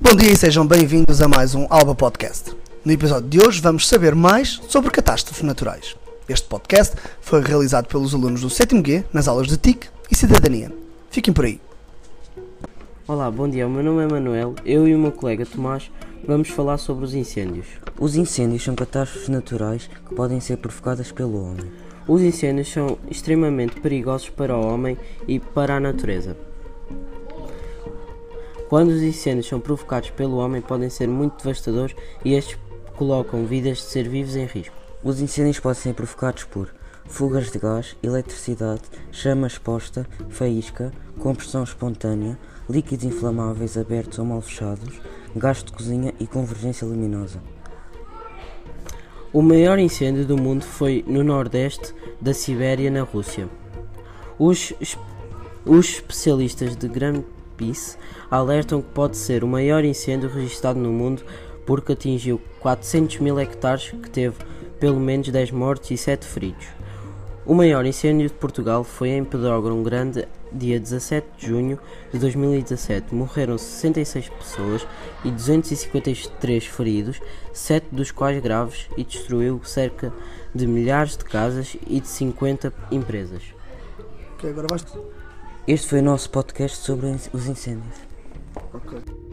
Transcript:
Bom dia e sejam bem-vindos a mais um Alba Podcast. No episódio de hoje vamos saber mais sobre catástrofes naturais. Este podcast foi realizado pelos alunos do 7º G nas aulas de TIC e Cidadania. Fiquem por aí. Olá, bom dia, o meu nome é Manuel, eu e o meu colega Tomás vamos falar sobre os incêndios. Os incêndios são catástrofes naturais que podem ser provocadas pelo homem. Os incêndios são extremamente perigosos para o homem e para a natureza. Quando os incêndios são provocados pelo homem, podem ser muito devastadores e estes colocam vidas de seres vivos em risco. Os incêndios podem ser provocados por fugas de gás, eletricidade, chama exposta, faísca, combustão espontânea, líquidos inflamáveis abertos ou mal fechados, gás de cozinha e convergência luminosa. O maior incêndio do mundo foi no nordeste da Sibéria, na Rússia. Os especialistas de Greenpeace alertam que pode ser o maior incêndio registrado no mundo porque atingiu 400 mil hectares, que teve pelo menos 10 mortos e 7 feridos. O maior incêndio de Portugal foi em Pedrógão Grande, dia 17 de junho de 2017. Morreram 66 pessoas e 253 feridos, 7 dos quais graves, e destruiu cerca de milhares de casas e de 50 empresas. Ok, agora vais tu. Este foi o nosso podcast sobre os incêndios. Ok.